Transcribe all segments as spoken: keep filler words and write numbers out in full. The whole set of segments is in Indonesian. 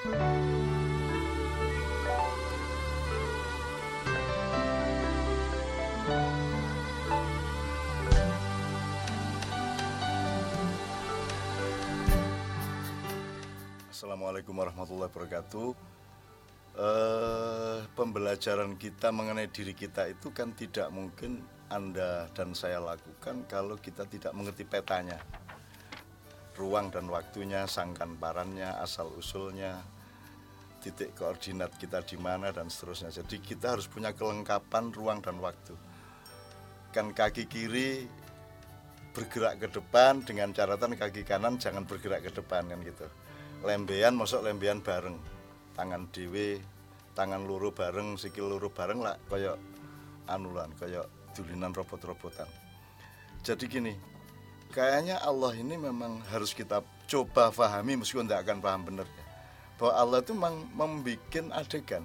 Assalamualaikum warahmatullahi wabarakatuh. Eh, pembelajaran kita mengenai diri kita itu kan tidak mungkin Anda dan saya lakukan kalau kita tidak mengerti petanya, ruang dan waktunya, sangkan parannya, asal usulnya, titik koordinat kita di mana dan seterusnya. Jadi kita harus punya kelengkapan ruang dan waktu. Kan kaki kiri bergerak ke depan dengan catatan kaki kanan jangan bergerak ke depan kan gitu. Lembean masuk lembean bareng, tangan dewe, tangan luru bareng, sikil luru bareng lah, kayak anulan, kayak dulinan robot-robotan. Jadi gini, kayaknya Allah ini memang harus kita coba pahami, meskipun tidak akan paham benar ya, bahwa Allah itu memang membuat adegan.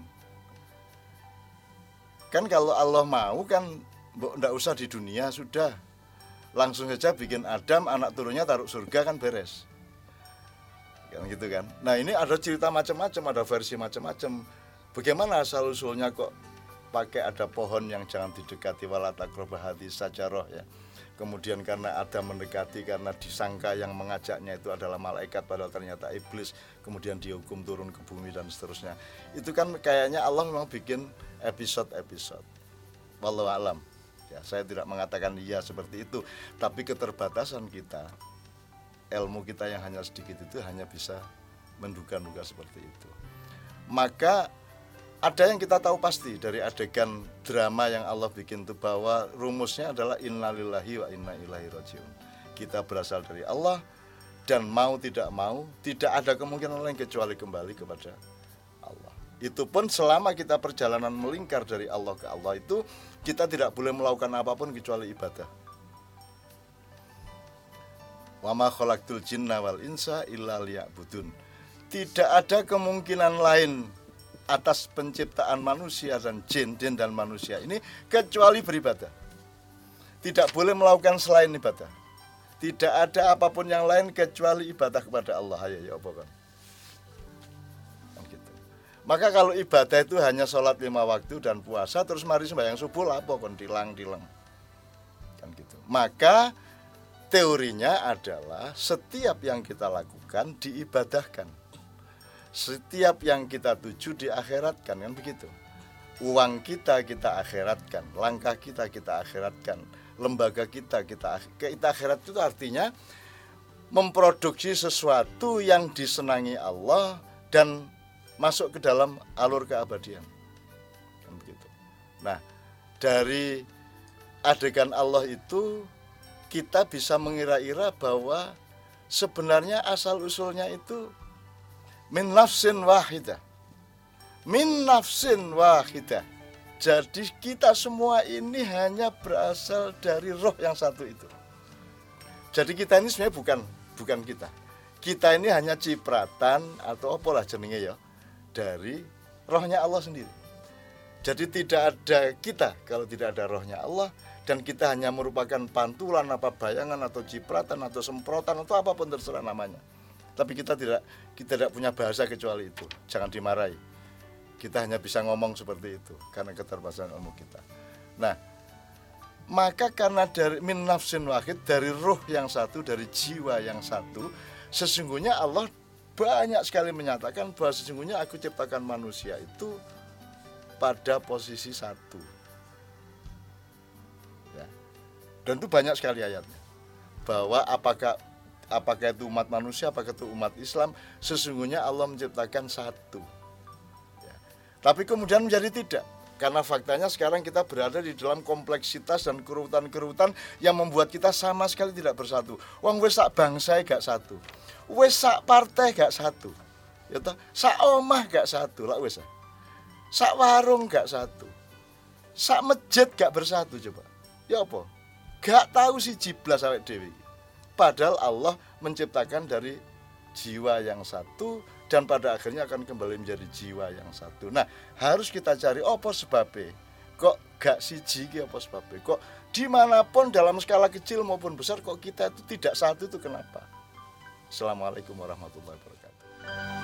Kan kalau Allah mau kan tidak usah di dunia, sudah langsung saja bikin Adam, anak turunnya taruh surga kan beres. Kan gitu kan. Nah ini ada cerita macam-macam, ada versi macam-macam. Bagaimana asal usulnya kok pakai ada pohon yang jangan didekati, wala taqrabahati sajaroh ya. Kemudian karena ada mendekati, karena disangka yang mengajaknya itu adalah malaikat padahal ternyata iblis, kemudian dihukum turun ke bumi dan seterusnya. Itu kan kayaknya Allah memang bikin episode-episode. Wallahu alam. Ya, saya tidak mengatakan iya seperti itu, tapi keterbatasan kita, ilmu kita yang hanya sedikit itu hanya bisa menduga-duga seperti itu. Maka ada yang kita tahu pasti dari adegan drama yang Allah bikin itu, bahwa rumusnya adalah innalillahi wa inna ilaihi rajiun. Kita berasal dari Allah dan mau tidak mau tidak ada kemungkinan lain kecuali kembali kepada Allah. Itu pun selama kita perjalanan melingkar dari Allah ke Allah itu, kita tidak boleh melakukan apapun kecuali ibadah. Wa ma khalaqtul jinna wal insa illa liya'budun. Tidak ada kemungkinan lain atas penciptaan manusia dan jin, jin dan manusia ini kecuali beribadah. Tidak boleh melakukan selain ibadah. Tidak ada apapun yang lain kecuali ibadah kepada Allah. Ayo ya apa kan? Gitu. Maka kalau ibadah itu hanya sholat lima waktu dan puasa, terus mari sembahyang subuh lah apa kon dilang-dilang. Kan gitu. Maka teorinya adalah setiap yang kita lakukan diibadahkan. Setiap yang kita tuju diakhiratkan, kan begitu. Uang kita kita akhiratkan, langkah kita kita akhiratkan, lembaga kita kita kita akhirat itu artinya memproduksi sesuatu yang disenangi Allah dan masuk ke dalam alur keabadian. Kan begitu. Nah, dari adegan Allah itu kita bisa mengira-ira bahwa sebenarnya asal-usulnya itu min nafsin wahidah. Min nafsin wahidah. Jadi kita semua ini hanya berasal dari roh yang satu itu. Jadi kita ini sebenarnya bukan bukan kita. Kita ini hanya cipratan atau apalah jenenge ya dari rohnya Allah sendiri. Jadi tidak ada kita kalau tidak ada rohnya Allah. Dan kita hanya merupakan pantulan, apa bayangan atau cipratan atau semprotan atau apapun terserah namanya. Tapi kita tidak kita tidak punya bahasa kecuali itu. Jangan dimarahi. Kita hanya bisa ngomong seperti itu karena keterbatasan ilmu kita. Nah, maka karena dari min nafsin wahid, dari ruh yang satu, dari jiwa yang satu, sesungguhnya Allah banyak sekali menyatakan bahwa sesungguhnya aku ciptakan manusia itu pada posisi satu. Dan itu banyak sekali ayatnya. Bahwa apakah apakah itu umat manusia, apakah itu umat Islam, sesungguhnya Allah menciptakan satu. Ya. Tapi kemudian menjadi tidak. Karena faktanya sekarang kita berada di dalam kompleksitas dan kerutan-kerutan yang membuat kita sama sekali tidak bersatu. Wong wis sak bangsa gak satu. Wis sak partai gak satu. Ya toh, sak omah gak satu lah wis. Sak warung gak satu. Sak masjid gak bersatu coba. Ya apa? Gak tahu si jiblas awake dhewe. Padahal Allah menciptakan dari jiwa yang satu dan pada akhirnya akan kembali menjadi jiwa yang satu. Nah, harus kita cari apa sebabnya. Kok gak siji iki apa sebabnya? Kok dimanapun dalam skala kecil maupun besar kok kita itu tidak satu itu kenapa? Assalamualaikum warahmatullahi wabarakatuh.